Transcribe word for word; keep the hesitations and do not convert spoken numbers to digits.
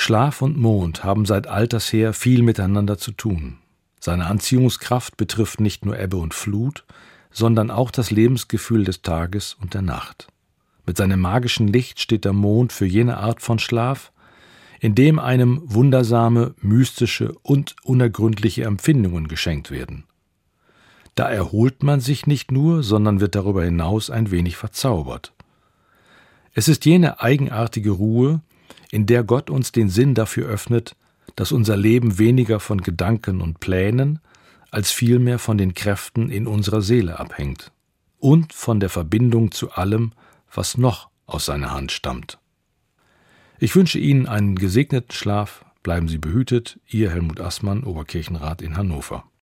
Schlaf und Mond haben seit alters her viel miteinander zu tun. Seine Anziehungskraft betrifft nicht nur Ebbe und Flut, sondern auch das Lebensgefühl des Tages und der Nacht. Mit seinem magischen Licht steht der Mond für jene Art von Schlaf, in dem einem wundersame, mystische und unergründliche Empfindungen geschenkt werden. Da erholt man sich nicht nur, sondern wird darüber hinaus ein wenig verzaubert. Es ist jene eigenartige Ruhe, in der Gott uns den Sinn dafür öffnet, dass unser Leben weniger von Gedanken und Plänen, als vielmehr von den Kräften in unserer Seele abhängt und von der Verbindung zu allem, was noch aus seiner Hand stammt. Ich wünsche Ihnen einen gesegneten Schlaf, bleiben Sie behütet, Ihr Helmut Assmann, Oberkirchenrat in Hannover.